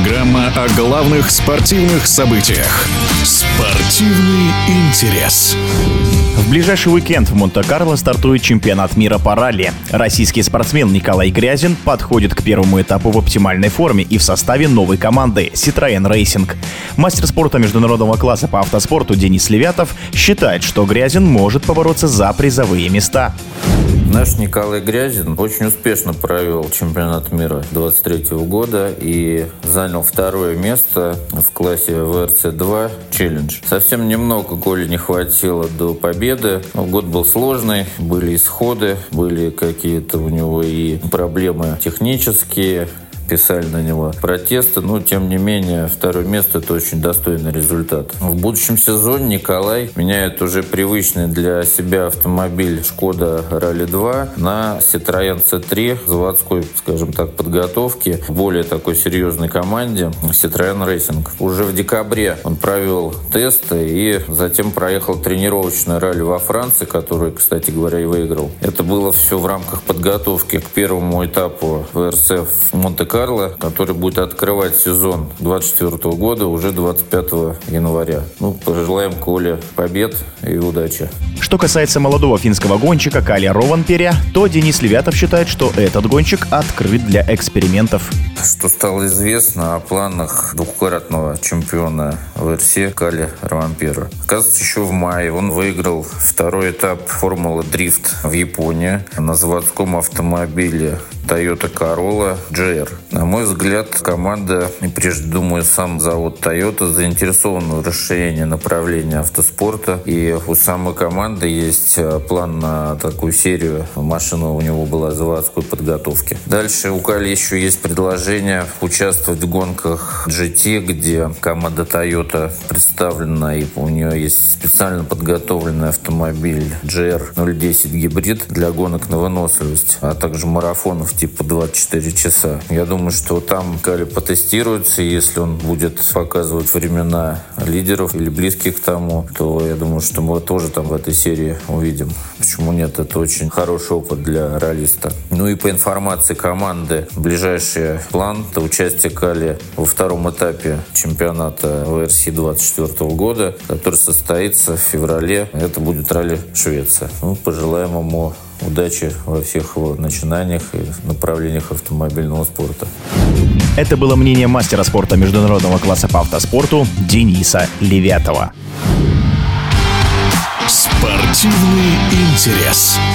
Программа о главных спортивных событиях. Спортивный интерес. В ближайший уикенд в Монте-Карло стартует чемпионат мира по ралли. Российский спортсмен Николай Грязин подходит к первому этапу в оптимальной форме и в составе новой команды Citroën Racing. Мастер спорта международного класса по автоспорту Денис Левятов считает, что Грязин может побороться за призовые места. Наш Николай Грязин очень успешно провел чемпионат мира 2023 года и занял второе место в классе ВРЦ-2 Челлендж. Совсем немного Коле не хватило до победы. Год был сложный, были исходы, были какие-то у него и проблемы технические. Писали на него протесты, но тем не менее второе место — это очень достойный результат. В будущем сезоне Николай меняет уже привычный для себя автомобиль Шкода Ралли 2 на Citroën C3 заводской, скажем так, подготовки в более такой серьезной команде Citroën Racing. Уже в декабре он провел тесты и затем проехал тренировочное ралли во Франции, которое, кстати говоря, и выиграл. Это было все в рамках подготовки к первому этапу ВРЦ в Монте-Карло, который будет открывать сезон 2024 года уже 25 января. Пожелаем Коле побед и удачи. Что касается молодого финского гонщика Кали Рованперя, то Денис Левятов считает, что этот гонщик открыт для экспериментов. Что стало известно о планах двукратного чемпиона ВРС Кали Рованпера. Оказывается, еще в мае он выиграл второй этап Формулы Дрифт в Японии на заводском автомобиле Toyota Corolla GR. На мой взгляд, команда, и прежде думаю, сам завод Toyota, заинтересован в расширении направления автоспорта. И у самой команды есть план на такую серию. Машина у него была заводской подготовки. Дальше у Кали еще есть предложение участвовать в гонках GT, где команда Toyota представлена, и у нее есть специально подготовленный автомобиль GR010 гибрид для гонок на выносливость, а также марафонов типа 24 часа. Я думаю, что там Кали потестируется, и если он будет показывать времена лидеров или близких к тому, то я думаю, что мы тоже там в этой серии увидим. Почему нет? Это очень хороший опыт для раллиста. И по информации команды, ближайший план — это участие Кали во втором этапе чемпионата ВРС 2024 года, который состоится в феврале. Это будет ралли Швеция. Пожелаем ему удачи во всех его начинаниях и направлениях автомобильного спорта. Это было мнение мастера спорта международного класса по автоспорту Дениса Левятова. Спортивный интерес.